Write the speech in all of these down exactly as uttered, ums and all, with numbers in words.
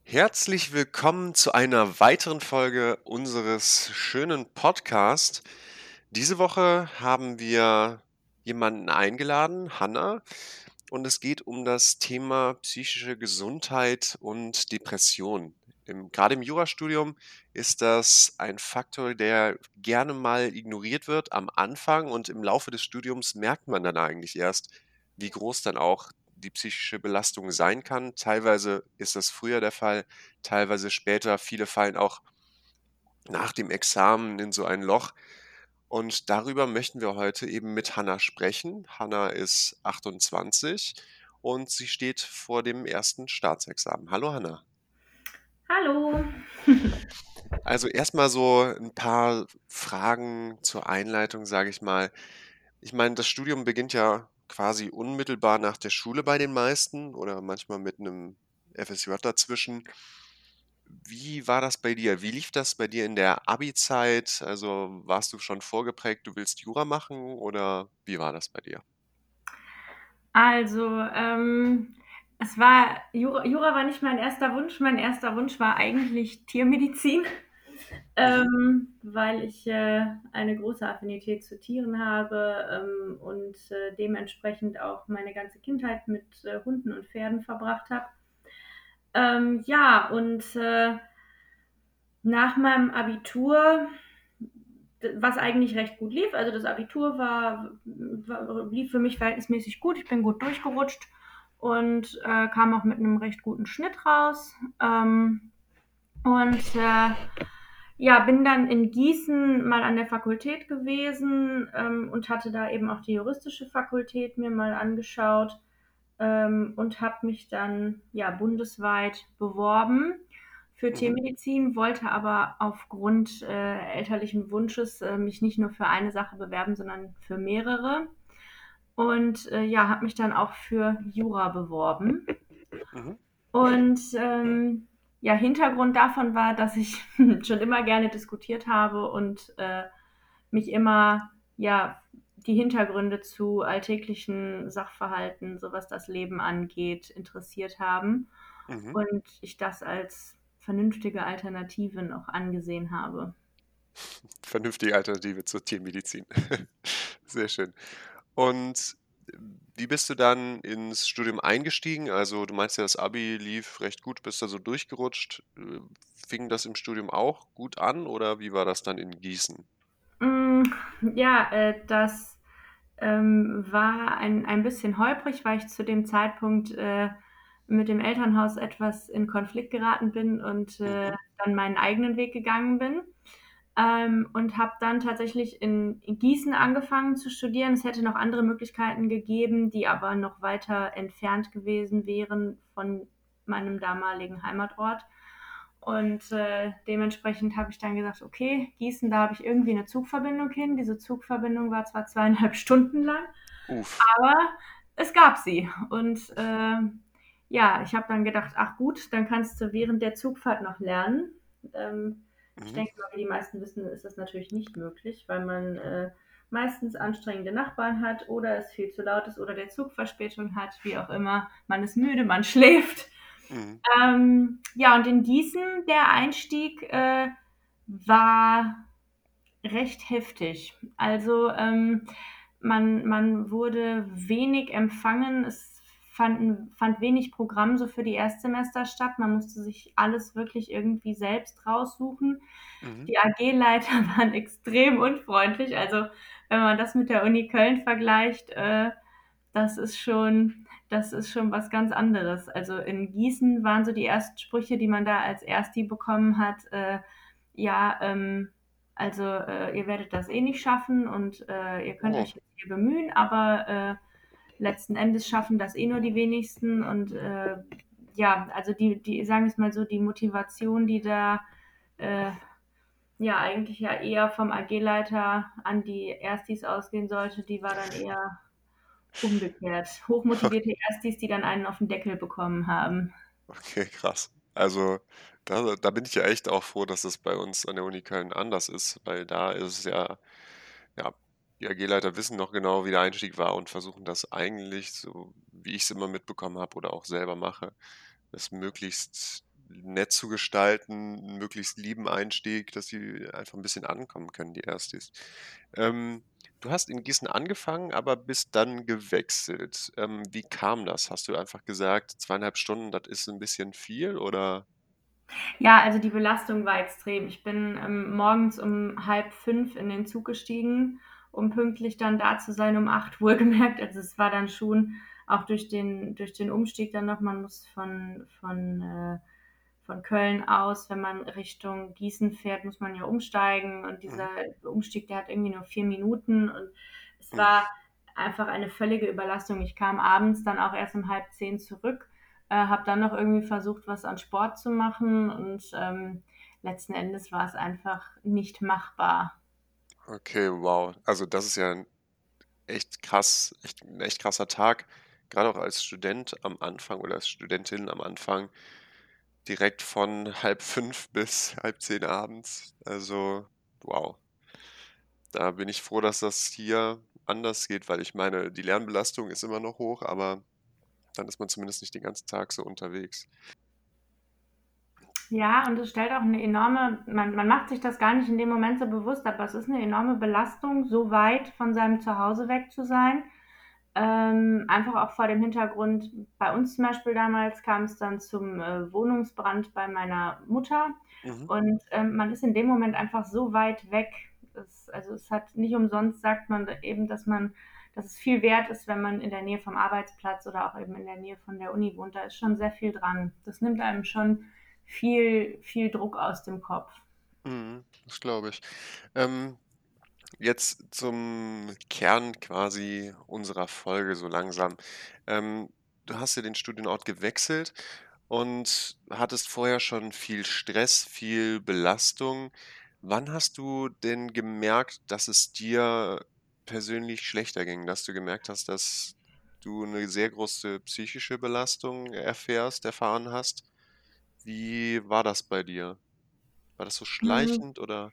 Herzlich willkommen zu einer weiteren Folge unseres schönen Podcasts. Diese Woche haben wir jemanden eingeladen, Hanna, und es geht um das Thema psychische Gesundheit und Depression. Im, gerade im Jurastudium ist das ein Faktor, der gerne mal ignoriert wird am Anfang, und im Laufe des Studiums merkt man dann eigentlich erst, wie groß dann auch die psychische Belastung sein kann. Teilweise ist das früher der Fall, teilweise später. Viele fallen auch nach dem Examen in so ein Loch. Und darüber möchten wir heute eben mit Hanna sprechen. Hanna ist achtundzwanzig und sie steht vor dem ersten Staatsexamen. Hallo Hanna. Hallo. Also erstmal so ein paar Fragen zur Einleitung, sage ich mal. Ich meine, das Studium beginnt ja quasi unmittelbar nach der Schule bei den meisten oder manchmal mit einem F S J dazwischen. Wie war das bei dir? Wie lief das bei dir in der Abi-Zeit? Also warst du schon vorgeprägt, du willst Jura machen oder wie war das bei dir? Also, ähm, es war Jura Jura war nicht mein erster Wunsch. Mein erster Wunsch war eigentlich Tiermedizin, Mhm, ähm, weil ich, äh, eine große Affinität zu Tieren habe, ähm, und, äh, dementsprechend auch meine ganze Kindheit mit, äh, Hunden und Pferden verbracht habe. Ähm, ja, und, äh, nach meinem Abitur, d was eigentlich recht gut lief, also das Abitur war war lief für mich verhältnismäßig gut. Ich bin gut durchgerutscht und, äh, kam auch mit einem recht guten Schnitt raus. Ähm, und, äh, ja, bin dann in Gießen mal an der Fakultät gewesen, ähm, und hatte da eben auch die juristische Fakultät mir mal angeschaut, ähm, und habe mich dann, ja, bundesweit beworben für mhm. Tiermedizin, wollte aber aufgrund, äh, elterlichen Wunsches, äh, mich nicht nur für eine Sache bewerben, sondern für mehrere. Und, äh, ja, habe mich dann auch für Jura beworben. Mhm. Und, ähm, ja, Hintergrund davon war, dass ich schon immer gerne diskutiert habe und, äh, mich immer, ja, die Hintergründe zu alltäglichen Sachverhalten, so was das Leben angeht, interessiert haben Mhm. und ich das als vernünftige Alternative noch angesehen habe. Vernünftige Alternative zur Tiermedizin. Sehr schön. Und wie bist du dann ins Studium eingestiegen? Also du meinst ja, das Abi lief recht gut, bist da so durchgerutscht. Äh, Fing das im Studium auch gut an oder wie war das dann in Gießen? Hm, ja, äh, das, ähm, war ein ein bisschen holprig, weil ich zu dem Zeitpunkt, äh, mit dem Elternhaus etwas in Konflikt geraten bin und, äh, Mhm. dann meinen eigenen Weg gegangen bin, ähm, und habe dann tatsächlich in in Gießen angefangen zu studieren. Es hätte noch andere Möglichkeiten gegeben, die aber noch weiter entfernt gewesen wären von meinem damaligen Heimatort. Und, äh, dementsprechend habe ich dann gesagt: „Okay, Gießen, da habe ich irgendwie eine Zugverbindung hin.“ Diese Zugverbindung war zwar zweieinhalb Stunden lang, Uff. aber es gab sie. Und, ähm, ja, ich habe dann gedacht: „Ach gut, dann kannst du während der Zugfahrt noch lernen.“ Ähm, ich Mhm. denke mal, wie die meisten wissen, ist das natürlich nicht möglich, weil man, äh, meistens anstrengende Nachbarn hat oder es viel zu laut ist oder der Zug Verspätung hat, wie auch immer. Man ist müde, man schläft. Mhm. Ähm, ja, und in Gießen, der Einstieg, äh, war recht heftig. Also, ähm, man man wurde wenig empfangen. Es fanden fand wenig Programm so für die Erstsemester statt. Man musste sich alles wirklich irgendwie selbst raussuchen. Mhm. Die A G-Leiter waren extrem unfreundlich. Also, wenn man das mit der Uni Köln vergleicht, äh, das ist schon das ist schon was ganz anderes. Also, in Gießen waren so die ersten Sprüche, die man da als Ersti bekommen hat, äh, ja, ähm, also, äh, ihr werdet das eh nicht schaffen und, äh, ihr könnt Oh, euch jetzt hier bemühen, aber, äh, letzten Endes schaffen das eh nur die wenigsten und, äh, ja, also die die sagen wir's mal so, die Motivation, die da, äh, ja, eigentlich ja eher vom A G-Leiter an die Erstis ausgehen sollte, die war dann eher umgekehrt. Hochmotivierte Erstis, die dann einen auf 'n Deckel bekommen haben. okay, krass. Also da, da bin ich ja echt auch froh, dass es bei uns an der Uni Köln anders ist, weil da ist es ja, ja, die A G-Leiter wissen noch genau, wie der Einstieg war und versuchen das eigentlich, so wie ich es immer mitbekommen habe oder auch selber mache, das möglichst nett zu gestalten, 'n möglichst lieben Einstieg, dass sie einfach ein bisschen ankommen können, die Erstis. Ähm, Du hast in Gießen angefangen, aber bist dann gewechselt. Ähm, wie kam das? Hast du einfach gesagt: „zweieinhalb Stunden, das ist ein bisschen viel“, oder? Ja, also die Belastung war extrem. Ich bin ähm, morgens um halb fünf in den Zug gestiegen, um pünktlich dann da zu sein um acht Uhr gemerkt. Also es war dann schon auch durch den, durch den Umstieg dann noch, man muss von, von, äh, von Köln aus, wenn man Richtung Gießen fährt, muss man ja umsteigen und Mhm. dieser Umstieg, der hat irgendwie nur vier Minuten und es Mhm. war einfach eine völlige Überlastung. Ich kam abends dann auch erst um halb zehn zurück, äh, habe dann noch irgendwie versucht, was an Sport zu machen und ähm, letzten Endes war es einfach nicht machbar. Okay, wow. Also, das ist ja 'n echt krass echt 'n echt krasser Tag, gerade auch als Student am Anfang oder als Studentin am Anfang, direkt von halb fünf bis halb zehn abends. Also, wow. Da bin ich froh, dass das hier anders geht, weil ich meine, die Lernbelastung ist immer noch hoch, aber dann ist man zumindest nicht den ganzen Tag so unterwegs. Ja, und es stellt auch eine enorme, man, man macht sich das gar nicht in dem Moment so bewusst, aber es ist eine enorme Belastung, so weit von seinem Zuhause weg zu sein. Ähm, einfach auch vor dem Hintergrund, bei uns zum Beispiel damals kam es dann zum äh, Wohnungsbrand bei meiner Mutter Mhm, und ähm, man ist in dem Moment einfach so weit weg. Es, also es hat nicht umsonst sagt man eben, dass man, dass es viel wert ist, wenn man in der Nähe vom Arbeitsplatz oder auch eben in der Nähe von der Uni wohnt. Da ist schon sehr viel dran. Das nimmt einem schon viel, viel Druck aus dem Kopf. mhm, das glaube ich. Ähm, Jetzt zum Kern quasi unserer Folge so langsam. Ähm, Du hast ja den Studienort gewechselt und hattest vorher schon viel Stress, viel Belastung. Wann hast du denn gemerkt, dass es dir persönlich schlechter ging, dass du gemerkt hast, dass du eine sehr große psychische Belastung erfährst, erfahren hast? Wie war das bei dir? War das so Mm, schleichend oder?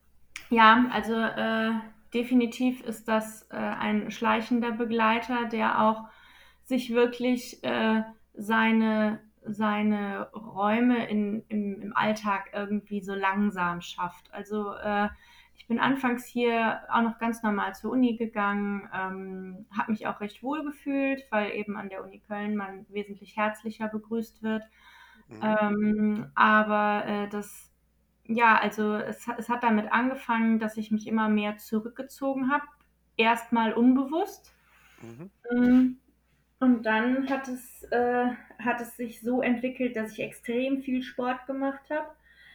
Ja, also äh, definitiv ist das äh, ein schleichender Begleiter, der auch sich wirklich äh, seine, seine Räume in, im, im Alltag irgendwie so langsam schafft. Also äh, ich bin anfangs hier auch noch ganz normal zur Uni gegangen, ähm, habe mich auch recht wohl gefühlt, weil eben an der Uni Köln man wesentlich herzlicher begrüßt wird. Mhm, Ähm, aber äh, das, ja, also es, ha- es hat damit angefangen, dass ich mich immer mehr zurückgezogen habe. Erstmal unbewusst. mhm, Mm, Und dann hat es, äh, hat es sich so entwickelt, dass ich extrem viel Sport gemacht habe.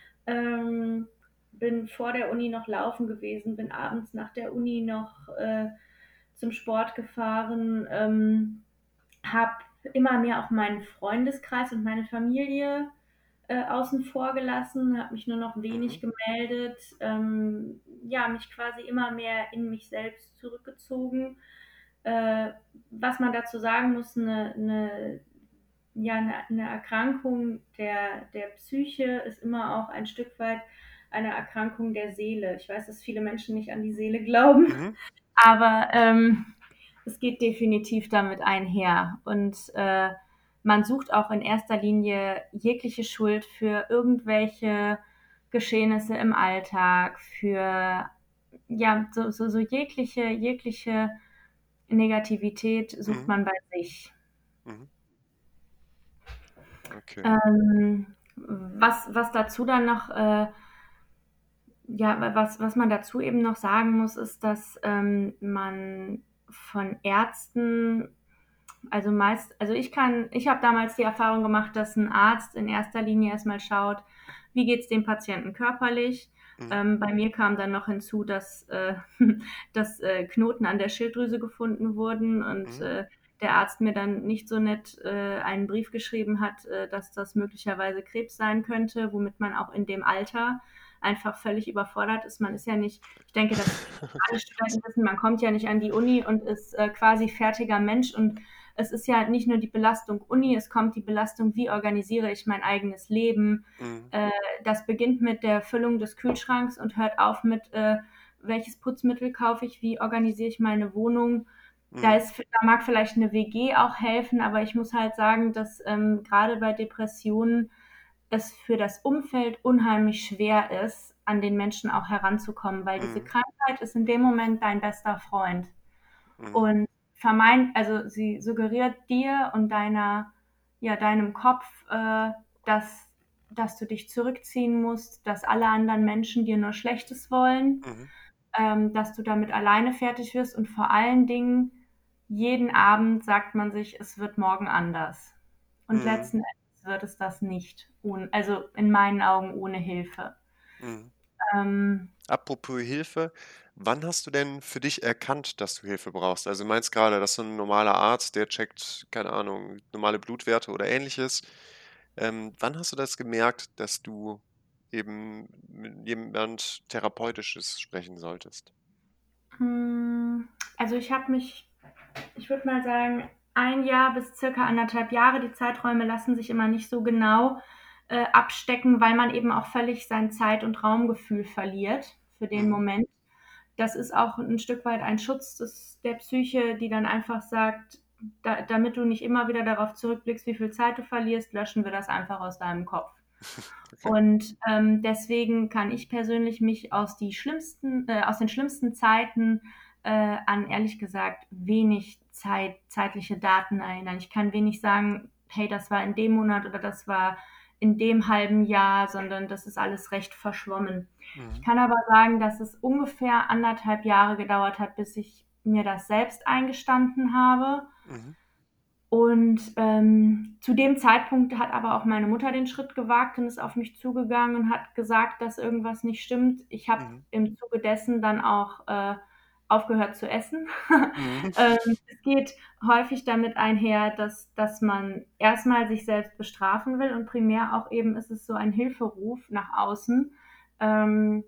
Ähm, Bin vor der Uni noch laufen gewesen, bin abends nach der Uni noch äh, zum Sport gefahren, ähm, habe immer mehr auch meinen Freundeskreis und meine Familie äh, außen vor gelassen, habe mich nur noch mhm, wenig gemeldet, ähm, ja, mich quasi immer mehr in mich selbst zurückgezogen. Äh, Was man dazu sagen muss, eine, eine, ja, eine, eine Erkrankung der, der Psyche ist immer auch ein Stück weit eine Erkrankung der Seele. Ich weiß, dass viele Menschen nicht an die Seele glauben, mhm, aber ähm, es geht definitiv damit einher. Und äh, man sucht auch in erster Linie jegliche Schuld für irgendwelche Geschehnisse im Alltag, für ja, so, so, so jegliche, jegliche Negativität sucht mhm, man bei sich. mhm. Okay. Ähm, was, was dazu dann noch, äh, ja, was, was man dazu eben noch sagen muss, ist, dass ähm, man von Ärzten, also meist, also ich kann, ich habe damals die Erfahrung gemacht, dass ein Arzt in erster Linie erstmal schaut, wie geht es dem Patienten körperlich. Mhm, Ähm, bei mir kam dann noch hinzu, dass, äh, dass äh, Knoten an der Schilddrüse gefunden wurden und mhm, äh, der Arzt mir dann nicht so nett äh, einen Brief geschrieben hat, äh, dass das möglicherweise Krebs sein könnte, womit man auch in dem Alter einfach völlig überfordert ist. Man ist ja nicht, ich denke, dass alle Studenten wissen, man kommt ja nicht an die Uni und ist äh, quasi fertiger Mensch und es ist ja nicht nur die Belastung Uni, es kommt die Belastung, wie organisiere ich mein eigenes Leben. mhm, Äh, Das beginnt mit der Füllung des Kühlschranks und hört auf mit, äh, welches Putzmittel kaufe ich, wie organisiere ich meine Wohnung. Da, mhm, ist, da mag vielleicht eine W G auch helfen, aber ich muss halt sagen, dass ähm, gerade bei Depressionen es für das Umfeld unheimlich schwer ist, an den Menschen auch heranzukommen, weil diese Mhm. Krankheit ist in dem Moment dein bester Freund. Mhm. Und vermeint, also sie suggeriert dir und deiner, ja, deinem Kopf, äh, dass, dass du dich zurückziehen musst, dass alle anderen Menschen dir nur Schlechtes wollen, Mhm. ähm, dass du damit alleine fertig wirst und vor allen Dingen jeden Abend sagt man sich, es wird morgen anders. Und Mhm. letzten Endes wird es das nicht, ohne, also in meinen Augen ohne Hilfe. Mhm. Ähm, Apropos Hilfe, wann hast du denn für dich erkannt, dass du Hilfe brauchst? Also, du meinst grade, dass so 'n normaler Arzt, der checkt, keine Ahnung, normale Blutwerte oder Ähnliches. Ähm, wann hast du das gemerkt, dass du eben mit jemand Therapeutisches sprechen solltest? hm, also ich habe mich, ich würde mal sagen, ein Jahr bis circa anderthalb Jahre, die Zeiträume lassen sich immer nicht so genau äh, abstecken, weil man eben auch völlig sein Zeit- und Raumgefühl verliert für den Mhm. Moment. Das ist auch ein Stück weit ein Schutz des, der Psyche, die dann einfach sagt, da, damit du nicht immer wieder darauf zurückblickst, wie viel Zeit du verlierst, löschen wir das einfach aus deinem Kopf. Okay. Und ähm, deswegen kann ich persönlich mich aus, die schlimmsten, äh, aus den schlimmsten Zeiten äh, an ehrlich gesagt wenig Zeit, zeitliche Daten erinnern. Ich kann wenig sagen, hey, das war in dem Monat oder das war in dem halben Jahr, sondern das ist alles recht verschwommen. Ich Mhm. kann aber sagen, dass es ungefähr anderthalb Jahre gedauert hat, bis ich mir das selbst eingestanden habe. Mhm. Und ähm, zu dem Zeitpunkt hat aber auch meine Mutter den Schritt gewagt und ist auf mich zugegangen und hat gesagt, dass irgendwas nicht stimmt. Ich habe Mhm. im Zuge dessen dann auch äh, aufgehört zu essen. Mhm. ähm, es geht häufig damit einher, dass, dass man erstmal sich selbst bestrafen will und primär auch eben ist es so ein Hilferuf nach außen, ähm,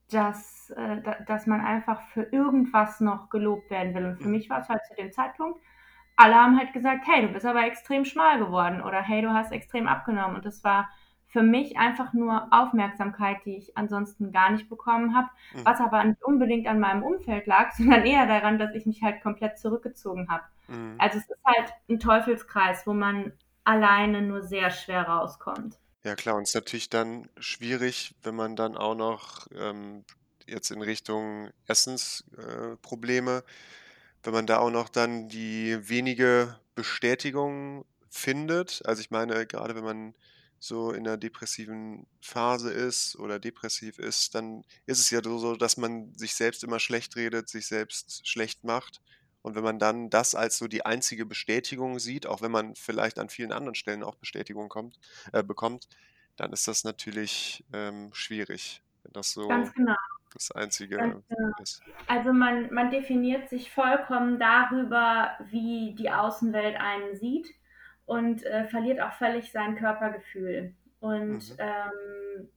dass, äh, da, dass man einfach für irgendwas noch gelobt werden will. Und für Mhm. mich war es halt zu dem Zeitpunkt, alle haben halt gesagt, hey, du bist aber extrem schmal geworden oder hey, du hast extrem abgenommen. Und das war für mich einfach nur Aufmerksamkeit, die ich ansonsten gar nicht bekommen habe, Mhm. was aber nicht unbedingt an meinem Umfeld lag, sondern eher daran, dass ich mich halt komplett zurückgezogen habe. Mhm. Also es ist halt ein Teufelskreis, wo man alleine nur sehr schwer rauskommt. Ja klar, und es ist natürlich dann schwierig, wenn man dann auch noch, ähm, jetzt in Richtung Essensprobleme, äh, Probleme, wenn man da auch noch dann die wenige Bestätigung findet. Also, ich meine, gerade wenn man so in 'ner depressiven Phase ist oder depressiv ist, dann ist es ja so so, dass man sich selbst immer schlecht redet, sich selbst schlecht macht. Und wenn man dann das als so die einzige Bestätigung sieht, auch wenn man vielleicht an vielen anderen Stellen auch Bestätigung kommt äh, bekommt, dann ist das natürlich, ähm, schwierig, wenn das Ganz so genau, das ganz Einzige genau. ist. Also man, man definiert sich vollkommen darüber, wie die Außenwelt einen sieht und äh, verliert auch völlig sein Körpergefühl. Und Mhm. ähm,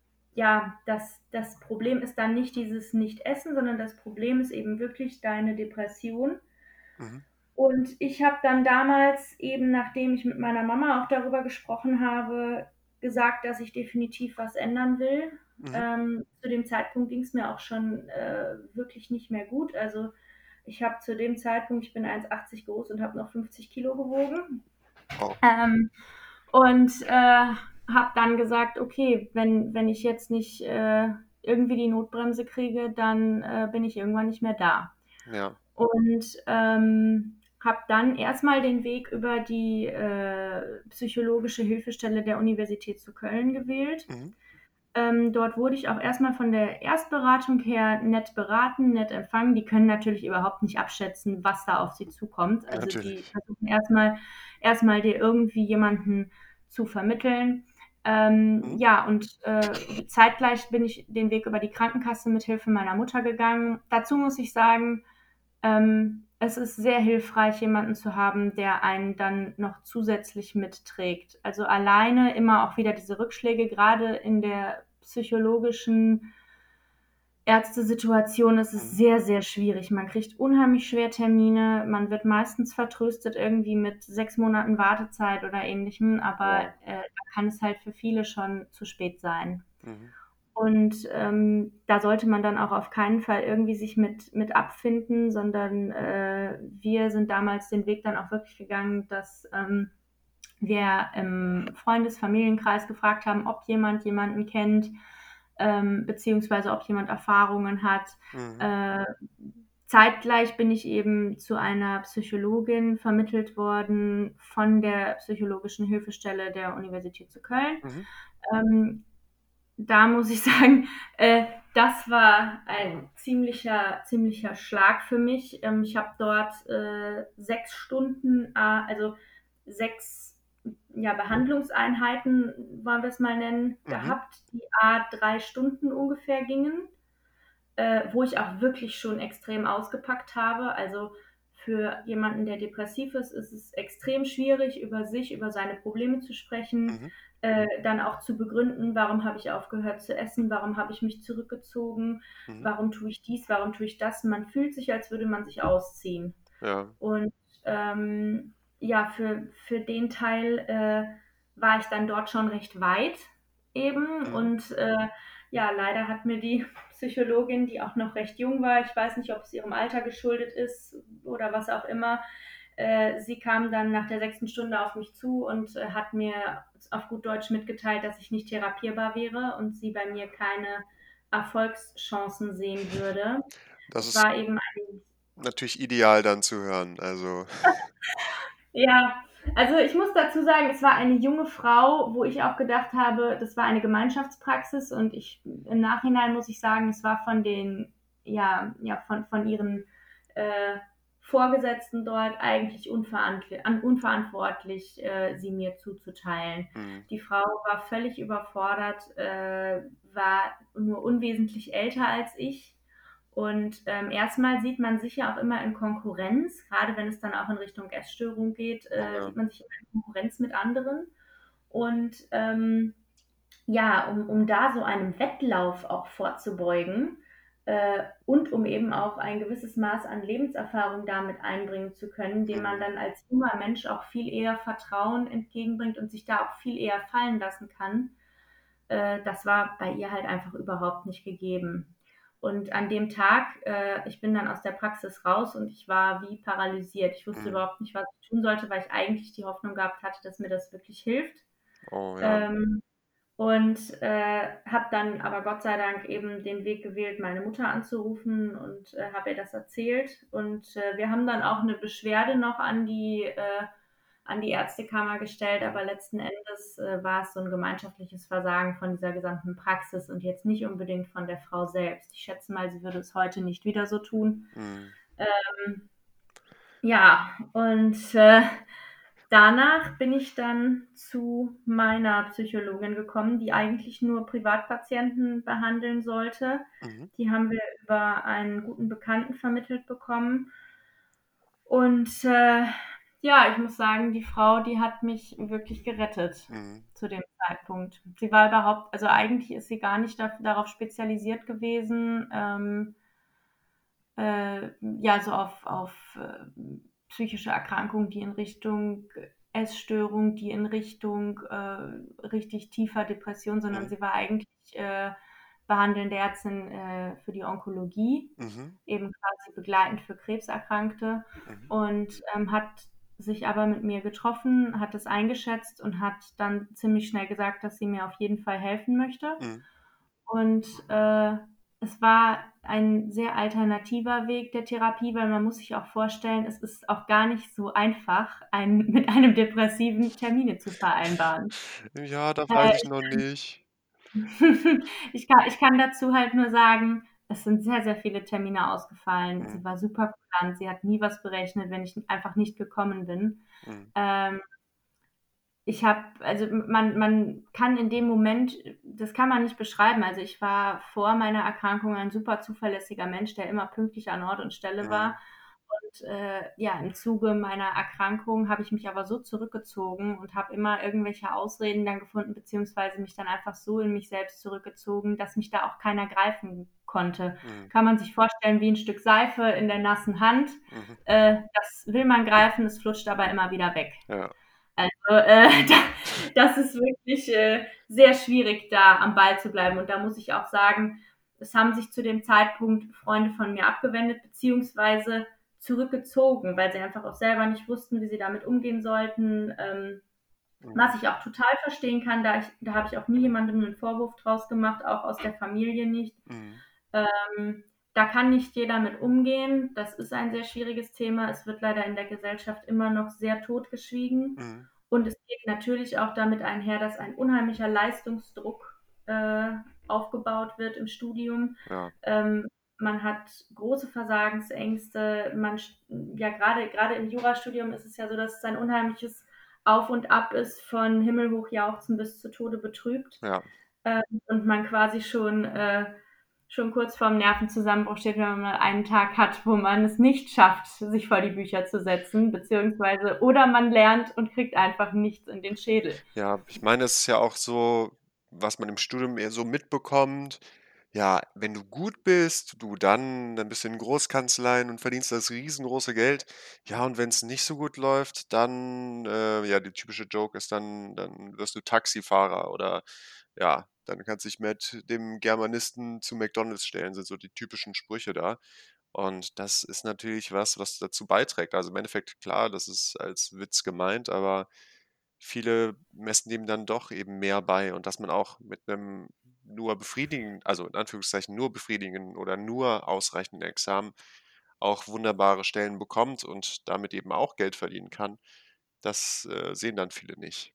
ja, das, das Problem ist dann nicht dieses Nicht-Essen, sondern das Problem ist eben wirklich deine Depression. Mhm. Und ich habe dann damals eben, nachdem ich mit meiner Mama auch darüber gesprochen habe, gesagt, dass ich definitiv was ändern will. Mhm. Ähm, zu dem Zeitpunkt ging es mir auch schon äh, wirklich nicht mehr gut. Also ich habe zu dem Zeitpunkt, ich bin eins Komma achtzig groß und habe noch fünfzig Kilo gewogen. Wow. Ähm, und äh, habe dann gesagt, okay, wenn, wenn ich jetzt nicht äh, irgendwie die Notbremse kriege, dann äh, bin ich irgendwann nicht mehr da. Ja. Und ähm, habe dann erstmal den Weg über die äh, psychologische Hilfestelle der Universität zu Köln gewählt. Mhm. Ähm, dort wurde ich auch erstmal von der Erstberatung her nett beraten, nett empfangen. Die können natürlich überhaupt nicht abschätzen, was da auf sie zukommt. Also die Natürlich. versuchen erstmal erstmal dir irgendwie jemanden zu vermitteln. Ähm, Mhm. ja, und äh, zeitgleich bin ich den Weg über die Krankenkasse mit Hilfe meiner Mutter gegangen. Dazu muss ich sagen, ähm, es ist sehr hilfreich, jemanden zu haben, der einen dann noch zusätzlich mitträgt. Also alleine immer auch wieder diese Rückschläge, gerade in der psychologischen Ärztesituation ist es Mhm. sehr, sehr schwierig. Man kriegt unheimlich schwer Termine, man wird meistens vertröstet irgendwie mit sechs Monaten Wartezeit oder ähnlichem, aber Wow. äh, da kann es halt für viele schon zu spät sein. Mhm. Und ähm, da sollte man dann auch auf keinen Fall irgendwie sich mit, mit abfinden, sondern äh, wir sind damals den Weg dann auch wirklich gegangen, dass ähm, wir im Freundes-, Familienkreis gefragt haben, ob jemand jemanden kennt, ähm, beziehungsweise ob jemand Erfahrungen hat. Mhm. Äh, zeitgleich bin ich eben zu einer Psychologin vermittelt worden von der Psychologischen Hilfestelle der Universität zu Köln. Mhm. Ähm, da muss ich sagen, äh, das war ein ziemlicher, ziemlicher Schlag für mich. Ähm, ich habe dort äh, sechs Stunden, äh, also sechs ja, Behandlungseinheiten, wollen wir es mal nennen, Mhm. gehabt, die a drei Stunden ungefähr gingen, äh, wo ich auch wirklich schon extrem ausgepackt habe. Also für jemanden, der depressiv ist, ist es extrem schwierig, über sich, über seine Probleme zu sprechen, Mhm. äh, dann auch zu begründen, warum habe ich aufgehört zu essen, warum habe ich mich zurückgezogen, Mhm. warum tue ich dies, warum tue ich das. Man fühlt sich, als würde man sich ausziehen. Ja. Und ähm, ja, für, für den Teil äh, war ich dann dort schon recht weit eben. Mhm. Und äh, ja, leider hat mir die Psychologin, die auch noch recht jung war, ich weiß nicht, ob es ihrem Alter geschuldet ist oder was auch immer, äh, sie kam dann nach der sechsten Stunde auf mich zu und äh, hat mir auf gut Deutsch mitgeteilt, dass ich nicht therapierbar wäre und sie bei mir keine Erfolgschancen sehen würde. Das Es ist war eben ein natürlich ideal dann zu hören. Also, Ja, also ich muss dazu sagen, es war eine junge Frau, wo ich auch gedacht habe, das war eine Gemeinschaftspraxis und ich im Nachhinein muss ich sagen, es war von den, ja, ja, von, von ihren äh, Vorgesetzten dort eigentlich unverantwortlich, unverantwortlich äh, sie mir zuzuteilen. mhm. Die Frau war völlig überfordert, äh, war nur unwesentlich älter als ich. Und ähm, erstmal sieht man sich ja auch immer in Konkurrenz, gerade wenn es dann auch in Richtung Essstörung geht, äh, Ja. sieht man sich immer in Konkurrenz mit anderen. Und ähm, ja, um, um da so einem Wettlauf auch vorzubeugen äh, und um eben auch ein gewisses Maß an Lebenserfahrung damit einbringen zu können, dem man Mhm. dann als junger Mensch auch viel eher Vertrauen entgegenbringt und sich da auch viel eher fallen lassen kann, äh, das war bei ihr halt einfach überhaupt nicht gegeben. Und an dem Tag, äh, ich bin dann aus der Praxis raus und ich war wie paralysiert. Ich wusste Mhm. überhaupt nicht, was ich tun sollte, weil ich eigentlich die Hoffnung gehabt hatte, dass mir das wirklich hilft. Oh ja. Ähm, und äh, habe dann aber Gott sei Dank eben den Weg gewählt, meine Mutter anzurufen und äh, habe ihr das erzählt. Und äh, wir haben dann auch eine Beschwerde noch an die, äh, an die Ärztekammer gestellt, Mhm. aber letzten Endes äh, war es so ein gemeinschaftliches Versagen von dieser gesamten Praxis und jetzt nicht unbedingt von der Frau selbst. Ich schätze mal, sie würde es heute nicht wieder so tun. Mhm. Ähm, ja, und äh, danach bin ich dann zu meiner Psychologin gekommen, die eigentlich nur Privatpatienten behandeln sollte. Mhm. Die haben wir über einen guten Bekannten vermittelt bekommen. Und äh, ja, ich muss sagen, die Frau, die hat mich wirklich gerettet Mhm. zu dem Zeitpunkt. Sie war überhaupt, also eigentlich ist sie gar nicht da, darauf spezialisiert gewesen, ähm, äh, ja, so auf, auf äh, psychische Erkrankungen, die in Richtung Essstörung, die in Richtung äh, richtig tiefer Depression, sondern Mhm. sie war eigentlich äh, behandelnde Ärztin äh, für die Onkologie, Mhm. eben quasi begleitend für Krebserkrankte Mhm. und ähm, hat sich aber mit mir getroffen, hat es eingeschätzt und hat dann ziemlich schnell gesagt, dass sie mir auf jeden Fall helfen möchte. Mhm. Und äh, es war ein sehr alternativer Weg der Therapie, weil man muss sich auch vorstellen, es ist auch gar nicht so einfach, ein, mit einem Depressiven Termine zu vereinbaren. Ja, da Äh, weiß ich noch nicht. ich, kann, ich kann dazu halt nur sagen, es sind sehr, sehr viele Termine ausgefallen. Sie Mhm. war super kulant, sie hat nie was berechnet, wenn ich einfach nicht gekommen bin. Mhm. Ähm, ich habe, also man, man kann in dem Moment, das kann man nicht beschreiben. Also ich war vor meiner Erkrankung ein super zuverlässiger Mensch, der immer pünktlich an Ort und Stelle Mhm. war. Und äh, ja, im Zuge meiner Erkrankung habe ich mich aber so zurückgezogen und habe immer irgendwelche Ausreden dann gefunden, beziehungsweise mich dann einfach so in mich selbst zurückgezogen, dass mich da auch keiner greifen konnte. Mhm. Kann man sich vorstellen wie ein Stück Seife in der nassen Hand. Mhm. Äh, das will man greifen, es flutscht aber immer wieder weg. Ja. Also äh, das ist wirklich äh, sehr schwierig, da am Ball zu bleiben. Und da muss ich auch sagen, es haben sich zu dem Zeitpunkt Freunde von mir abgewendet, beziehungsweise zurückgezogen, weil sie einfach auch selber nicht wussten, wie sie damit umgehen sollten. Ähm, Mhm. Was ich auch total verstehen kann, da ich da habe ich auch nie jemandem 'nen Vorwurf draus gemacht, auch aus der Familie nicht. Mhm. Ähm, Da kann nicht jeder mit umgehen. Das ist ein sehr schwieriges Thema. Es wird leider in der Gesellschaft immer noch sehr totgeschwiegen. Mhm. Und es geht natürlich auch damit einher, dass ein unheimlicher Leistungsdruck äh, aufgebaut wird im Studium. Ja, Ähm, Man hat große Versagensängste. Man, ja, gerade, gerade im Jurastudium ist es ja so, dass es ein unheimliches Auf und Ab ist, von himmelhoch jauchzen bis zu Tode betrübt. ja. Ähm, und man quasi schon, äh, schon kurz vorm Nervenzusammenbruch steht, wenn man mal einen Tag hat, wo man es nicht schafft, sich vor die Bücher zu setzen, beziehungsweise oder man lernt und kriegt einfach nichts in den Schädel. Ja, ich meine, es ist ja auch so, was man im Studium eher so mitbekommt. Ja, wenn du gut bist, du dann dann bist du in Großkanzleien und verdienst das riesengroße Geld. Ja, und wenn es nicht so gut läuft, dann, äh, ja, die typische Joke ist dann dann wirst du Taxifahrer oder ja, dann kannst du dich mit dem Germanisten zu McDonald's stellen, sind so die typischen Sprüche da. Und das ist natürlich was, was dazu beiträgt. Also, im Endeffekt, klar, das ist als Witz gemeint, aber viele messen dem dann doch eben mehr bei und dass man auch mit einem nur befriedigen also, in Anführungszeichen nur befriedigenden oder nur ausreichenden Examen auch wunderbare Stellen bekommt und damit eben auch Geld verdienen kann, das, äh, sehen dann viele nicht.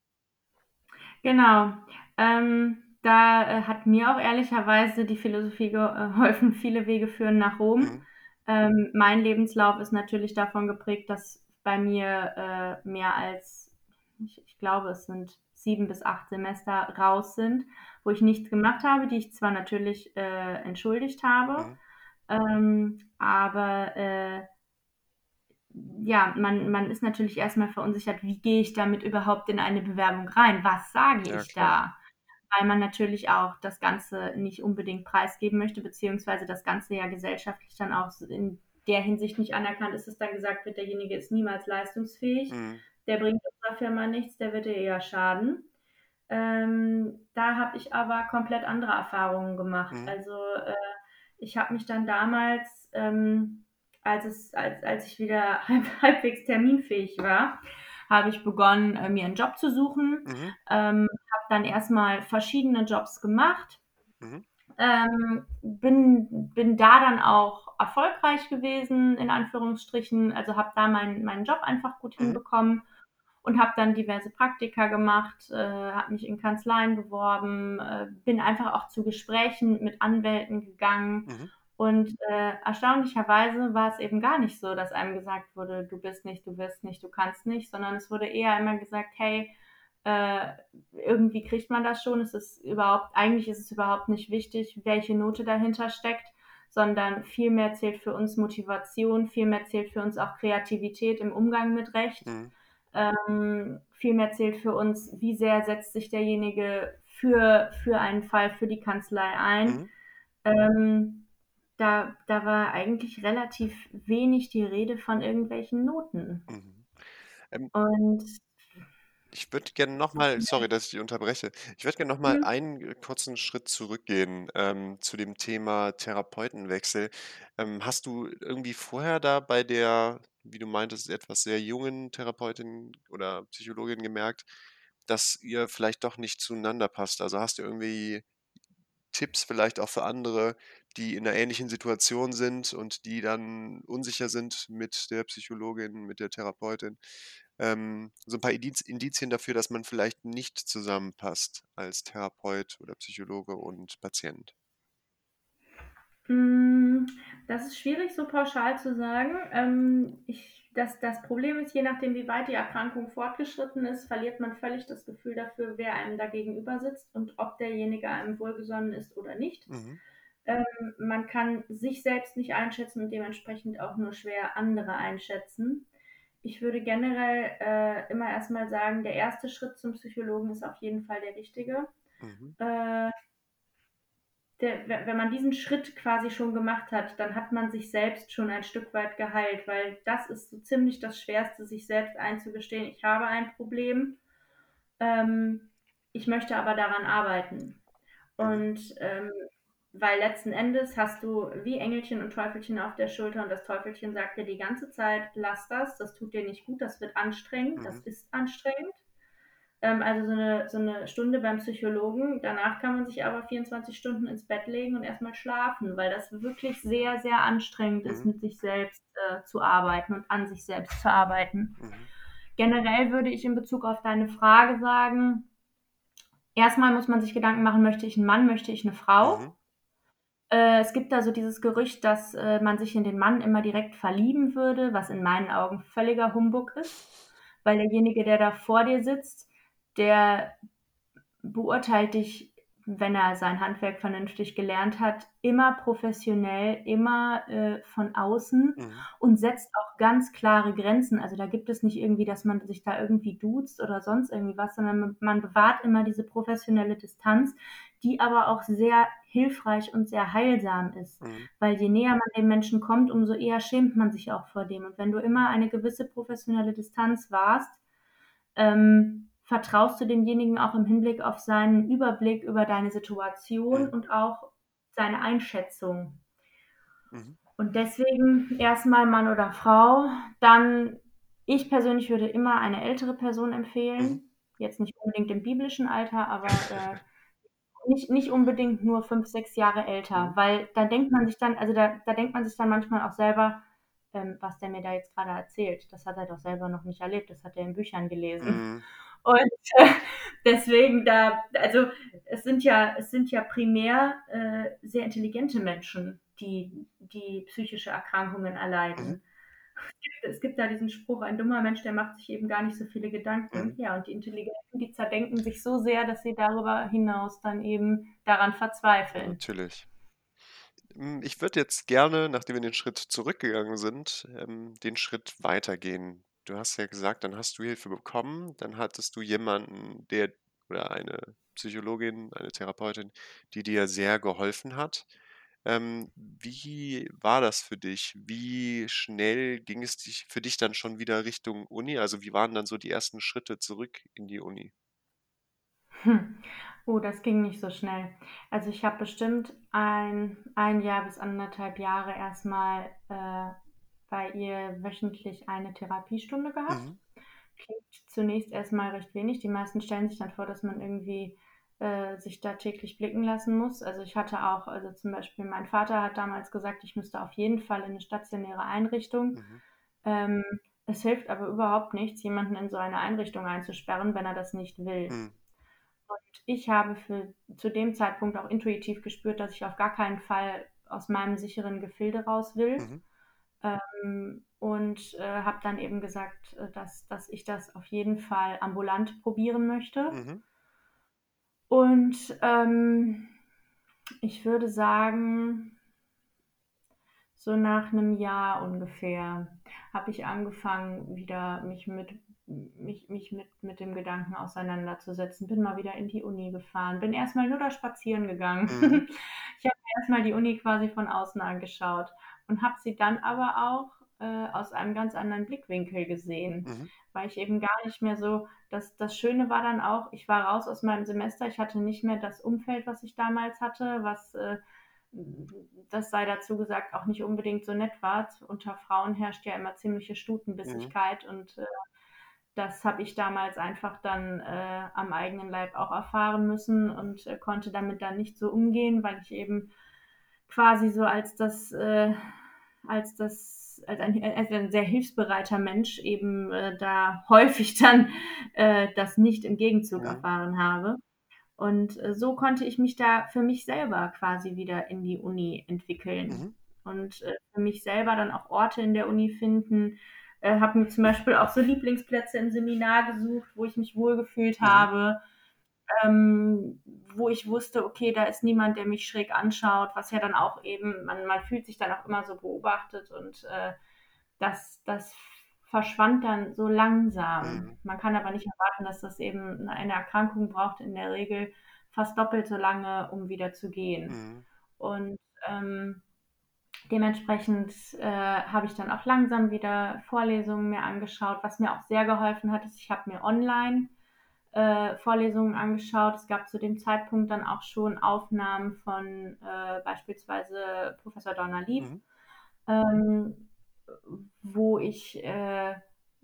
Genau. Ähm, da äh, hat mir auch ehrlicherweise die Philosophie geholfen, viele Wege führen nach Rom. Mhm, Ähm, mein Lebenslauf ist natürlich davon geprägt, dass bei mir äh, mehr als, ich, ich glaube, es sind sieben bis acht Semester raus sind, wo ich nichts gemacht habe, die ich zwar natürlich äh, entschuldigt habe, mhm, ähm, aber äh, ja, man, man ist natürlich erstmal verunsichert, wie gehe ich damit überhaupt in eine Bewerbung rein? Was sage ja ich klar. da? Weil man natürlich auch das Ganze nicht unbedingt preisgeben möchte, beziehungsweise das Ganze ja gesellschaftlich dann auch in der Hinsicht nicht anerkannt ist, dass dann gesagt wird, derjenige ist niemals leistungsfähig, Mhm, der bringt unserer Firma nichts, der wird ihr eher schaden. Ähm, da habe ich aber komplett andere Erfahrungen gemacht. mhm, Also äh, ich habe mich dann damals, ähm, als, es, als, als ich wieder halb, halbwegs terminfähig war, habe ich begonnen, äh, mir einen Job zu suchen. mhm, Ähm, habe dann erstmal verschiedene Jobs gemacht. mhm, Ähm, bin, bin da dann auch erfolgreich gewesen, in Anführungsstrichen. Also habe da meinen, meinen Job einfach gut mhm, hinbekommen und habe dann diverse Praktika gemacht, äh, habe mich in Kanzleien beworben, äh, bin einfach auch zu Gesprächen mit Anwälten gegangen. mhm, Und äh, erstaunlicherweise war es eben gar nicht so, dass einem gesagt wurde, du bist nicht, du wirst nicht, du kannst nicht, sondern es wurde eher immer gesagt, hey, äh, irgendwie kriegt man das schon. Es ist überhaupt, eigentlich ist es überhaupt nicht wichtig, welche Note dahinter steckt, sondern vielmehr zählt für uns Motivation, vielmehr zählt für uns auch Kreativität im Umgang mit Recht. mhm, Ähm, vielmehr zählt für uns, wie sehr setzt sich derjenige für, für einen Fall, für die Kanzlei ein. mhm, Ähm, da, da war eigentlich relativ wenig die Rede von irgendwelchen Noten. mhm. Ähm, Und Ich würde gerne noch mal sorry, dass ich dich unterbreche. Ich würde gerne noch mal hm, einen, äh, kurzen Schritt zurückgehen, ähm, zu dem Thema Therapeutenwechsel. Ähm, hast du irgendwie vorher da bei der, wie du meintest, etwas sehr jungen Therapeutin oder Psychologin gemerkt, dass ihr vielleicht doch nicht zueinander passt? Also, hast du irgendwie Tipps vielleicht auch für andere, die in einer ähnlichen Situation sind und die dann unsicher sind mit der Psychologin, mit der Therapeutin. Ähm, so ein paar Indiz Indizien dafür, dass man vielleicht nicht zusammenpasst als Therapeut oder Psychologe und Patient. hm, das ist schwierig so pauschal zu sagen. Ähm, ich, das, das Problem ist, je nachdem, wie weit die Erkrankung fortgeschritten ist, verliert man völlig das Gefühl dafür, wer einem da gegenüber sitzt und ob derjenige einem wohlgesonnen ist oder nicht. Mhm, Ähm, Man kann sich selbst nicht einschätzen und dementsprechend auch nur schwer andere einschätzen. Ich würde generell äh, immer erstmal sagen, der erste Schritt zum Psychologen ist auf jeden Fall der richtige. mhm, Äh, der, wenn man diesen Schritt quasi schon gemacht hat, dann hat man sich selbst schon ein Stück weit geheilt, weil das ist so ziemlich das Schwerste, sich selbst einzugestehen, ich habe ein Problem, ähm, ich möchte aber daran arbeiten. mhm, Und ähm, weil letzten Endes hast du wie Engelchen und Teufelchen auf der Schulter und das Teufelchen sagt dir die ganze Zeit, lass das, das tut dir nicht gut, das wird anstrengend, mhm, das ist anstrengend. Ähm, also so eine, so eine Stunde beim Psychologen. Danach kann man sich aber vierundzwanzig Stunden ins Bett legen und erstmal schlafen, weil das wirklich sehr, sehr anstrengend ist, Mhm. mit sich selbst äh, zu arbeiten und an sich selbst zu arbeiten. Mhm. Generell würde ich in Bezug auf deine Frage sagen, erstmal muss man sich Gedanken machen, möchte ich einen Mann, möchte ich eine Frau? Mhm. Äh, es gibt da so dieses Gerücht, dass äh, man sich in den Mann immer direkt verlieben würde, was in meinen Augen völliger Humbug ist, weil derjenige, der da vor dir sitzt, der beurteilt dich, wenn er sein Handwerk vernünftig gelernt hat, immer professionell, immer äh, von außen Mhm. und setzt auch ganz klare Grenzen. Also da gibt es nicht irgendwie, dass man sich da irgendwie duzt oder sonst irgendwie was, sondern man bewahrt immer diese professionelle Distanz, die aber auch sehr hilfreich und sehr heilsam ist. Mhm. Weil je näher man dem Menschen kommt, umso eher schämt man sich auch vor dem. Und wenn du immer eine gewisse professionelle Distanz wahrst, ähm, vertraust du demjenigen auch im Hinblick auf seinen Überblick über deine Situation Mhm. und auch seine Einschätzung. Mhm. Und deswegen erstmal Mann oder Frau. Dann, ich persönlich würde immer eine ältere Person Mhm. empfehlen. Jetzt nicht unbedingt im biblischen Alter, aber äh, nicht, nicht unbedingt nur fünf, sechs Jahre älter, Mhm. weil da denkt man sich dann, also da, da denkt man sich dann manchmal auch selber, ähm, was der mir da jetzt gerade erzählt. Das hat er doch selber noch nicht erlebt, das hat er in Büchern gelesen. Mhm. Und äh, deswegen da, also es sind ja, es sind ja primär äh, sehr intelligente Menschen, die, die psychische Erkrankungen Mhm. erleiden. Es gibt da diesen Spruch, ein dummer Mensch, der macht sich eben gar nicht so viele Gedanken. Mhm. Ja, und die Intelligenten, die zerdenken sich so sehr, dass sie darüber hinaus dann eben daran verzweifeln. Natürlich. Hm, ich würde jetzt gerne, nachdem wir den Schritt zurückgegangen sind, ähm, den Schritt weitergehen. Du hast ja gesagt, dann hast du Hilfe bekommen, dann hattest du jemanden, der oder eine Psychologin, eine Therapeutin, die dir sehr geholfen hat. Ähm, wie war das für dich? Wie schnell ging es dich für dich dann schon wieder Richtung Uni? Also, wie waren dann so die ersten Schritte zurück in die Uni? Hm. Oh, das ging nicht so schnell. Also ich habe bestimmt ein, ein Jahr bis anderthalb Jahre erstmal äh, bei ihr wöchentlich eine Therapiestunde gehabt. Mhm. Klingt zunächst erstmal recht wenig. Die meisten stellen sich dann vor, dass man irgendwie äh, sich da täglich blicken lassen muss. Also ich hatte auch, also zum Beispiel mein Vater hat damals gesagt, ich müsste auf jeden Fall in eine stationäre Einrichtung. Mhm. Ähm, Es hilft aber überhaupt nichts, jemanden in so eine Einrichtung einzusperren, wenn er das nicht will. Mhm. Und ich habe für, zu dem Zeitpunkt auch intuitiv gespürt, dass ich auf gar keinen Fall aus meinem sicheren Gefilde raus will. Mhm. Ähm, und äh, habe dann eben gesagt, äh, dass, dass ich das auf jeden Fall ambulant probieren möchte. Mhm. Und ähm, ich würde sagen, so nach einem Jahr ungefähr habe ich angefangen, wieder mich mit, mich, mich mit, mit dem Gedanken auseinanderzusetzen. Bin mal wieder in die Uni gefahren, bin erstmal nur da spazieren gegangen. Mhm. Ich habe mir erstmal die Uni quasi von außen angeschaut und habe sie dann aber auch äh, aus einem ganz anderen Blickwinkel gesehen, Mhm. weil ich eben gar nicht mehr so, das, das Schöne war dann auch, ich war raus aus meinem Semester, ich hatte nicht mehr das Umfeld, was ich damals hatte, was äh, das sei dazu gesagt, auch nicht unbedingt so nett war. Unter Frauen herrscht ja immer ziemliche Mhm. Stutenbissigkeit und äh, das habe ich damals einfach dann äh, am eigenen Leib auch erfahren müssen und äh, konnte damit dann nicht so umgehen, weil ich eben quasi so als das, äh, als das, als ein, als ein sehr hilfsbereiter Mensch eben äh, da häufig dann äh, das nicht im Gegenzug Mhm. erfahren habe. Und äh, so konnte ich mich da für mich selber quasi wieder in die Uni entwickeln Mhm. und äh, für mich selber dann auch Orte in der Uni finden. Äh, habe mir zum Beispiel auch so Lieblingsplätze im Seminar gesucht, wo ich mich wohlgefühlt Mhm. habe, ähm, wo ich wusste, okay, da ist niemand, der mich schräg anschaut, was ja dann auch eben, man, man fühlt sich dann auch immer so beobachtet und äh, das, das verschwand dann so langsam. Mhm. Man kann aber nicht erwarten, dass das eben eine Erkrankung braucht, in der Regel fast doppelt so lange, um wieder zu gehen. Mhm. Und ähm, dementsprechend äh, habe ich dann auch langsam wieder Vorlesungen mir angeschaut. Was mir auch sehr geholfen hat, ist, ich habe mir online äh, Vorlesungen angeschaut. Es gab zu dem Zeitpunkt dann auch schon Aufnahmen von äh, beispielsweise Professor Donnerlieb, Mhm. ähm, wo ich äh,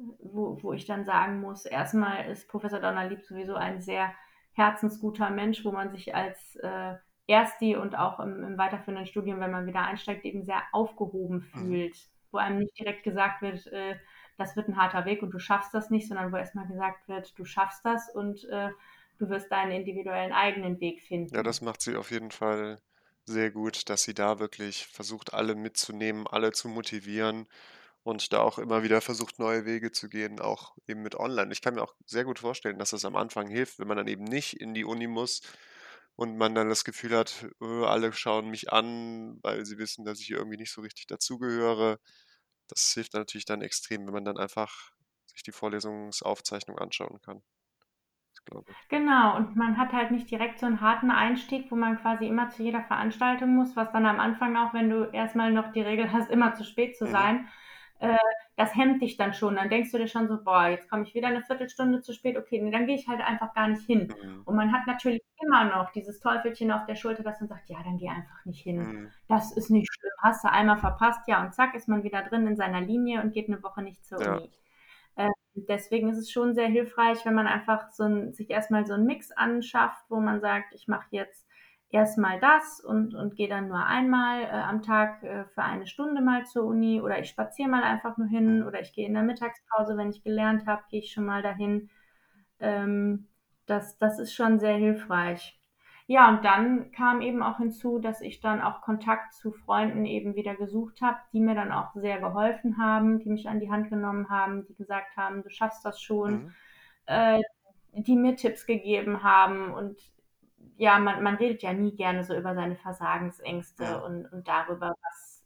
wo wo ich dann sagen muss, erstmal ist Professor Donnerlieb sowieso ein sehr herzensguter Mensch, wo man sich als, äh, Ersti und auch im im weiterführenden Studium, wenn man wieder einsteigt, eben sehr aufgehoben Mhm. fühlt, wo einem nicht direkt gesagt wird, äh, das wird ein harter Weg und du schaffst das nicht, sondern wo erstmal gesagt wird, du schaffst das und, äh, du wirst deinen individuellen eigenen Weg Ja, finden. das macht sie auf jeden Fall sehr gut, dass sie da wirklich versucht, alle mitzunehmen, alle zu motivieren und da auch immer wieder versucht, neue Wege zu gehen, auch eben mit online. Ich kann mir auch sehr gut vorstellen, dass das am Anfang hilft, wenn man dann eben nicht in die Uni muss und man dann das Gefühl hat, äh, alle schauen mich an, weil sie wissen, dass ich irgendwie nicht so richtig dazugehöre. Das hilft natürlich dann extrem, wenn man dann einfach sich die Vorlesungsaufzeichnung anschauen kann, glaube ich. Genau, und man hat halt nicht direkt so 'n harten Einstieg, wo man quasi immer zu jeder Veranstaltung muss, was dann am Anfang auch, wenn du erst mal noch die Regel hast, immer zu spät zu Mhm, sein, äh, das hemmt dich dann schon. Dann denkst du dir schon so: „Boah, jetzt komme ich wieder 'ne Viertelstunde zu spät. Okay, ne, dann gehe ich halt einfach gar nicht hin.“ mhm, Und man hat natürlich immer noch dieses Teufelchen auf der Schulter, das dann sagt: „Ja, dann geh einfach nicht hin. mhm, Das ist nicht schlimm. Hast du einmal verpasst, ja, und zack, ist man wieder drin in seiner Linie und geht 'ne Woche nicht zur ja, Uni.“ ähm, Deswegen ist es schon sehr hilfreich, wenn man einfach so 'n sich erstmal so 'n Mix anschafft, wo man sagt: „Ich mache jetzt erstmal das und und gehe dann nur einmal, äh, am Tag, äh, für eine Stunde mal zur Uni oder ich spaziere mal einfach nur hin mhm, oder ich gehe in der Mittagspause, wenn ich gelernt habe, gehe ich schon mal dahin.“ Ähm, das das ist schon sehr hilfreich. Ja, und dann kam eben auch hinzu, dass ich dann auch Kontakt zu Freunden eben wieder gesucht habe, die mir dann auch sehr geholfen haben, die mich an die Hand genommen haben, die gesagt haben: „Du schaffst das schon“, mhm, äh, die mir Tipps gegeben haben. Und ja, man man redet ja nie gerne so über seine Versagensängste mhm, und und darüber, was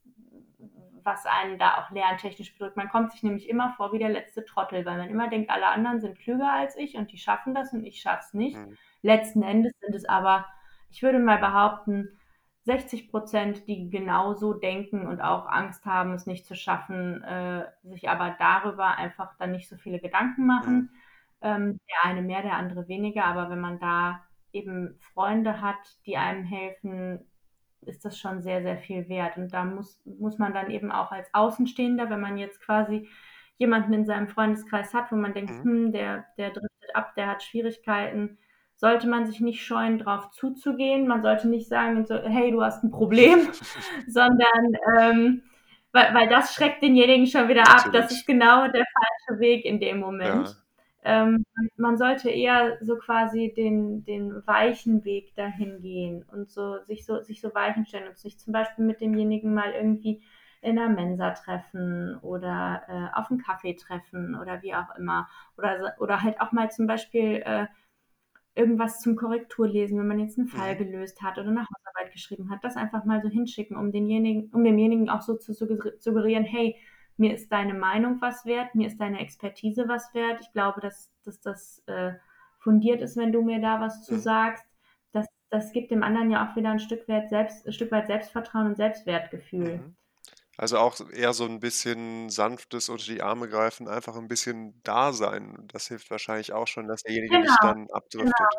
was einen da auch lerntechnisch bedrückt. Man kommt sich nämlich immer vor wie der letzte Trottel, weil man immer denkt, alle anderen sind klüger als ich und die schaffen das und ich schaff's nicht. mhm, Letzten Endes sind es aber, ich würde mal behaupten, sechzig Prozent, die genauso denken und auch Angst haben, es nicht zu schaffen, äh, sich aber darüber einfach dann nicht so viele Gedanken mhm, machen. Ähm, der eine mehr, der andere weniger, aber wenn man da eben Freunde hat, die einem helfen, ist das schon sehr, sehr viel wert. Und da muss, muss man dann eben auch als Außenstehender, wenn man jetzt quasi jemanden in seinem Freundeskreis hat, wo man denkt, mhm. hm, der, der driftet ab, der hat Schwierigkeiten, sollte man sich nicht scheuen, drauf zuzugehen. Man sollte nicht sagen, so, hey, du hast ein Problem, sondern ähm, weil, weil das schreckt denjenigen schon wieder ab. Das ist Natürlich, genau der falsche Weg in dem Moment. ja, Ähm, Man sollte eher so quasi den, den weichen Weg dahin gehen und so sich so sich so Weichen stellen und sich zum Beispiel mit demjenigen mal irgendwie in der Mensa treffen oder äh, auf einen Kaffee treffen oder wie auch immer. Oder, so- oder halt auch mal zum Beispiel äh, irgendwas zum Korrekturlesen, wenn man jetzt einen Fall mhm, gelöst hat oder eine Hausarbeit geschrieben hat, das einfach mal so hinschicken, um denjenigen, um demjenigen auch so zu suggerieren, hey, mir ist deine Meinung was wert, mir ist deine Expertise was wert. Ich glaube, dass, dass das äh, fundiert ist, wenn du mir da was zu mhm, sagst. Das, das gibt dem anderen ja auch wieder ein Stück weit, Selbst, ein Stück weit Selbstvertrauen und Selbstwertgefühl. mhm. Also auch eher so 'n bisschen sanftes unter die Arme greifen, einfach 'n bisschen da sein. Das hilft wahrscheinlich auch schon, dass derjenige nicht Genau, dann abdriftet. genau.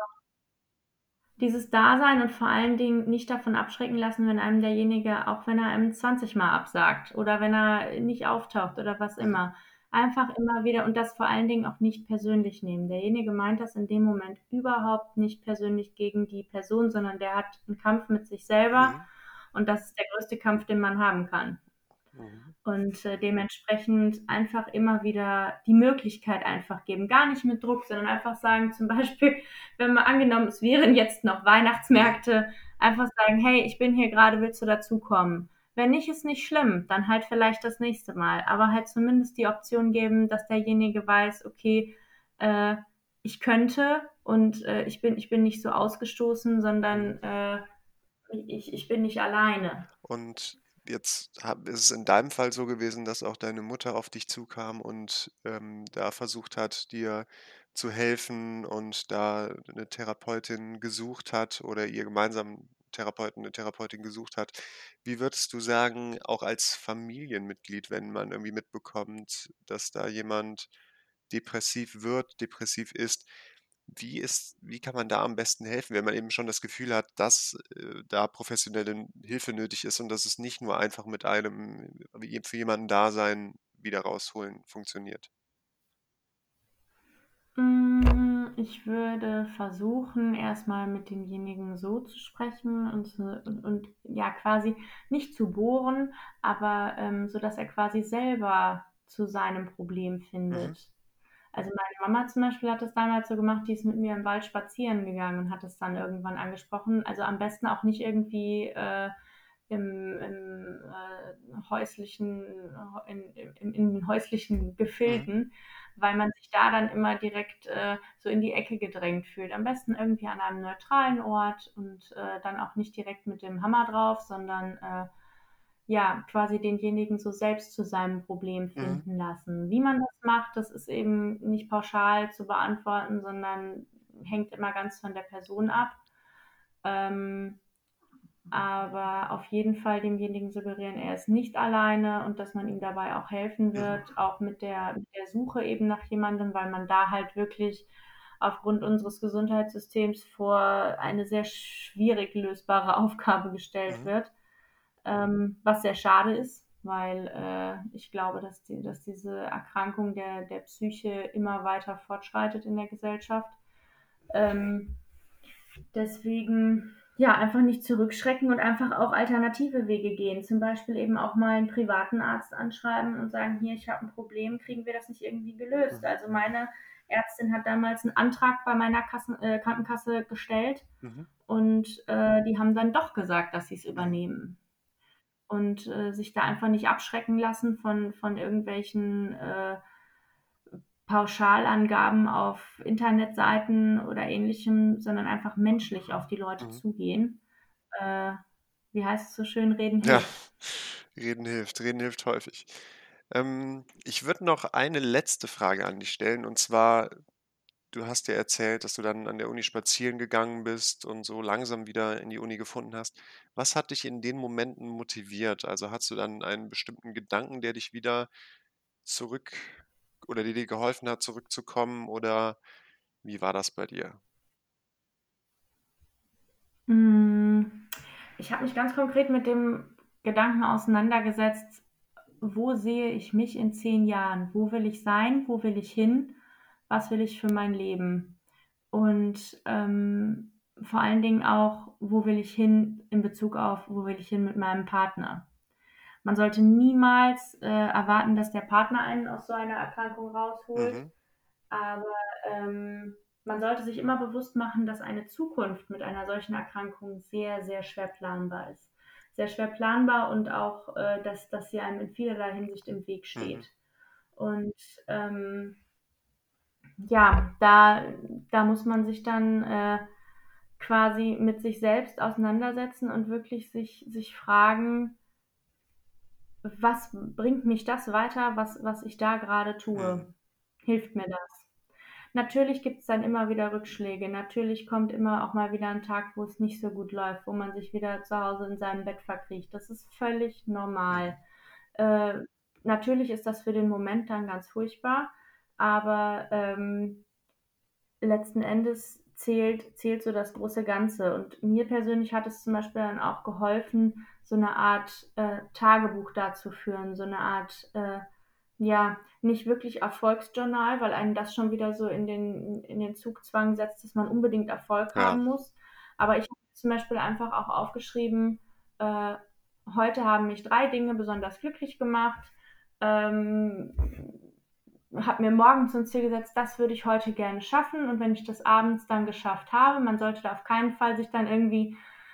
Dieses Dasein und vor allen Dingen nicht davon abschrecken lassen, wenn einem derjenige, auch wenn er einem zwanzig Mal absagt oder wenn er nicht auftaucht oder was Mhm, immer. Einfach immer wieder und das vor allen Dingen auch nicht persönlich nehmen. Derjenige meint das in dem Moment überhaupt nicht persönlich gegen die Person, sondern der hat 'n Kampf mit sich selber mhm, und das ist der größte Kampf, den man haben kann. mhm, Und, äh, dementsprechend einfach immer wieder die Möglichkeit einfach geben. Gar nicht mit Druck, sondern einfach sagen, zum Beispiel, wenn man angenommen, es wären jetzt noch mhm, Weihnachtsmärkte, einfach sagen: „Hey, ich bin hier gerade, willst du dazukommen?“ Wenn nicht, ist nicht schlimm, dann halt vielleicht das nächste Mal. Aber halt zumindest die Option geben, dass derjenige weiß: „Okay, äh, ich könnte und, äh, ich bin ich bin nicht so ausgestoßen, mhm. sondern, äh, ich ich bin nicht alleine.“ Und jetzt hab ist es in deinem Fall so gewesen, dass auch deine Mutter auf dich zukam und, ähm, da versucht hat, dir zu helfen und da 'ne Therapeutin gesucht hat oder ihr gemeinsam 'n Therapeuten, 'ne Therapeutin gesucht hat. Wie würdest du sagen, auch als Familienmitglied, wenn man irgendwie mitbekommt, dass da jemand depressiv wird, depressiv ist, wie ist wie kann man da am besten helfen, wenn man eben schon das Gefühl hat, dass, äh, da professionelle Hilfe nötig ist und dass es nicht nur einfach mit einem wie für jemanden da sein, wieder rausholen funktioniert? Hm, ich würde versuchen, erst mal mit demjenigen so zu sprechen und zu und und ja, quasi nicht zu bohren, aber, ähm, so dass er quasi selber zu seinem Problem Mhm. findet. Also, meine Mama zum Beispiel hat das damals so gemacht, die ist mit mir im Wald spazieren gegangen und hat das dann irgendwann angesprochen. Also, am besten auch nicht irgendwie, äh, im im, äh, häuslichen in in in den häuslichen Mhm. Gefilden, weil man sich da dann immer direkt, äh, so in die Ecke gedrängt fühlt. Am besten irgendwie an einem neutralen Ort und, äh, dann auch nicht direkt mit dem Hammer drauf, sondern, äh, ja, quasi denjenigen so selbst zu seinem Problem Mhm. finden lassen. Wie man das macht, das ist eben nicht pauschal zu beantworten, sondern hängt immer ganz von der Person ab. Ähm, aber auf jeden Fall demjenigen suggerieren, er ist nicht alleine und dass man ihm dabei auch helfen Mhm. wird, auch mit der mit der Suche eben nach jemandem, weil man da halt wirklich aufgrund unseres Gesundheitssystems vor eine sehr schwierig lösbare Aufgabe gestellt Mhm. wird, ähm, was sehr schade ist, weil, äh, ich glaube, dass die dass diese Erkrankung der der Psyche immer weiter fortschreitet in der Gesellschaft. Ähm, deswegen, ja, einfach nicht zurückschrecken und einfach auch alternative Wege gehen. Zum Beispiel eben auch mal 'n privaten Arzt anschreiben und sagen: „Hier, ich habe 'n Problem, kriegen wir das nicht irgendwie gelöst?“ Mhm. Also, meine Ärztin hat damals 'n Antrag bei meiner Kassen äh, Krankenkasse gestellt Mhm. und, äh, die haben dann doch gesagt, dass sie's Mhm. übernehmen. Und, äh, sich da einfach nicht abschrecken lassen von von irgendwelchen, äh, Pauschalangaben auf Internetseiten oder Ähnlichem, sondern einfach menschlich auf die Leute Mhm. zugehen. Äh, wie heißt es so schön: „Reden Ja, hilft.“ reden hilft. Reden hilft häufig. Ähm, ich würde noch eine letzte Frage an dich stellen, und zwar, du hast ja erzählt, dass du dann an der Uni spazieren gegangen bist und so langsam wieder in die Uni gefunden hast. Was hat dich in den Momenten motiviert? Also, hattest du dann einen bestimmten Gedanken, der dich wieder zurück oder der dir geholfen hat, zurückzukommen, oder wie war das bei dir? Hm, ich habe mich ganz konkret mit dem Gedanken auseinandergesetzt: „Wo sehe ich mich in zehn Jahren? Wo will ich sein? Wo will ich hin? Was will ich für mein Leben?“ Und, ähm, vor allen Dingen auch: „Wo will ich hin in Bezug auf wo will ich hin mit meinem Partner?“ Man sollte niemals, äh, erwarten, dass der Partner einen aus so einer Erkrankung rausholt, Mhm. aber, ähm, man sollte sich immer bewusst machen, dass eine Zukunft mit einer solchen Erkrankung sehr, sehr schwer planbar ist. Sehr schwer planbar und auch, äh, dass dass sie einem in vielerlei Hinsicht im Weg Mhm. steht. Und, ähm ja, da da muss man sich dann, äh, quasi mit sich selbst auseinandersetzen und wirklich sich sich fragen: „Was bringt mich das weiter, was was ich da grade Mhm. tue? Hilft mir das?“ Natürlich gibt's dann immer wieder Rückschläge. Natürlich kommt immer auch mal wieder 'n Tag, wo es nicht so gut läuft, wo man sich wieder zu Hause in seinem Bett verkriecht. Das ist völlig normal. Mhm. Äh, natürlich ist das für den Moment dann ganz furchtbar, aber, ähm, letzten Endes zählt zählt so das große Ganze. Und mir persönlich hat es zum Beispiel dann auch geholfen, so 'ne Art, äh, Tagebuch da zu führen, so 'ne Art, äh, ja, nicht wirklich Erfolgsjournal, weil einen das schon wieder so in den in den Zugzwang setzt, dass man unbedingt Erfolg Ja. haben muss. Aber ich habe zum Beispiel einfach auch aufgeschrieben, äh: „Heute haben mich drei Dinge besonders glücklich gemacht. Ähm, habe mir morgens zum Ziel gesetzt, das würde ich heute gerne schaffen.“ Und wenn ich das abends dann geschafft habe, man sollte da auf keinen Fall sich dann irgendwie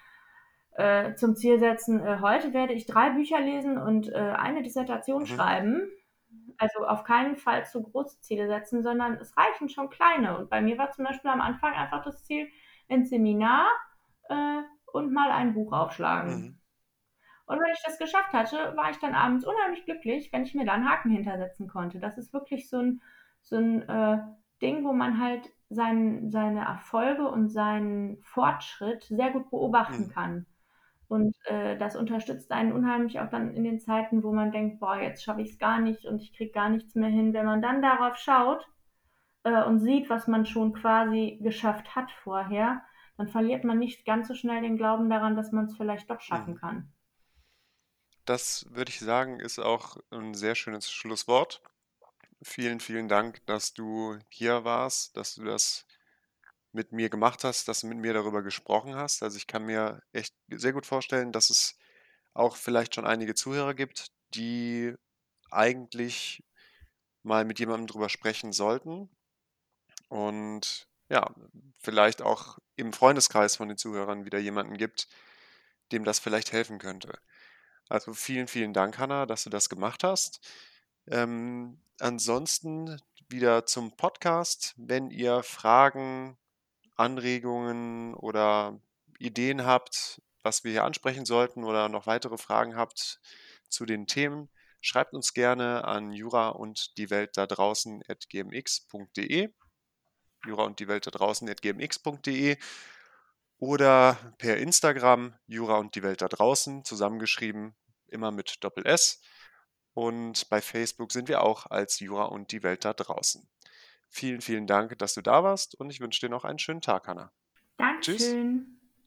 äh, zum Ziel setzen: „Äh, heute werde ich drei Bücher lesen und, äh, eine Dissertation Mhm. schreiben.“ Also, auf keinen Fall zu große Ziele setzen, sondern es reichen schon kleine. Und bei mir war zum Beispiel am Anfang einfach das Ziel, ins Seminar, äh, und mal ein Buch Mhm. aufschlagen. Und wenn ich das geschafft hatte, war ich dann abends unheimlich glücklich, wenn ich mir da 'n Haken hintersetzen konnte. Das ist wirklich so 'n so 'n, äh, Ding, wo man halt seinen seine Erfolge und seinen Fortschritt sehr gut beobachten Mhm. kann. Und, äh, das unterstützt einen unheimlich auch dann in den Zeiten, wo man denkt: „Boah, jetzt schaffe ich's gar nicht und ich kriege gar nichts mehr hin.“ Wenn man dann darauf schaut, äh, und sieht, was man schon quasi geschafft hat vorher, dann verliert man nicht ganz so schnell den Glauben daran, dass man's vielleicht doch schaffen Mhm. kann. Das würde ich sagen, ist auch 'n sehr schönes Schlusswort. Vielen, vielen Dank, dass du hier warst, dass du das mit mir gemacht hast, dass du mit mir darüber gesprochen hast. Also ich kann mir echt sehr gut vorstellen, dass es auch vielleicht schon einige Zuhörer gibt, die eigentlich mal mit jemandem drüber sprechen sollten und ja, vielleicht auch im Freundeskreis von den Zuhörern wieder jemanden gibt, dem das vielleicht helfen könnte. Also vielen, vielen Dank, Hanna, dass du das gemacht hast. Ähm, ansonsten wieder zum Podcast. Wenn ihr Fragen, Anregungen oder Ideen habt, was wir hier ansprechen sollten oder noch weitere Fragen habt zu den Themen, schreibt uns gerne an jura und die Welt da draußen at gmx.de, jura und die Welt da draußen at gmx.de oder per Instagram Jura und die Welt da draußen, zusammengeschrieben, immer mit Doppel S. Und bei Facebook sind wir auch als Jura und die Welt da draußen. Vielen, vielen Dank, dass du da warst und ich wünsche dir noch einen schönen Tag, Hanna. Tschüss. Dankeschön.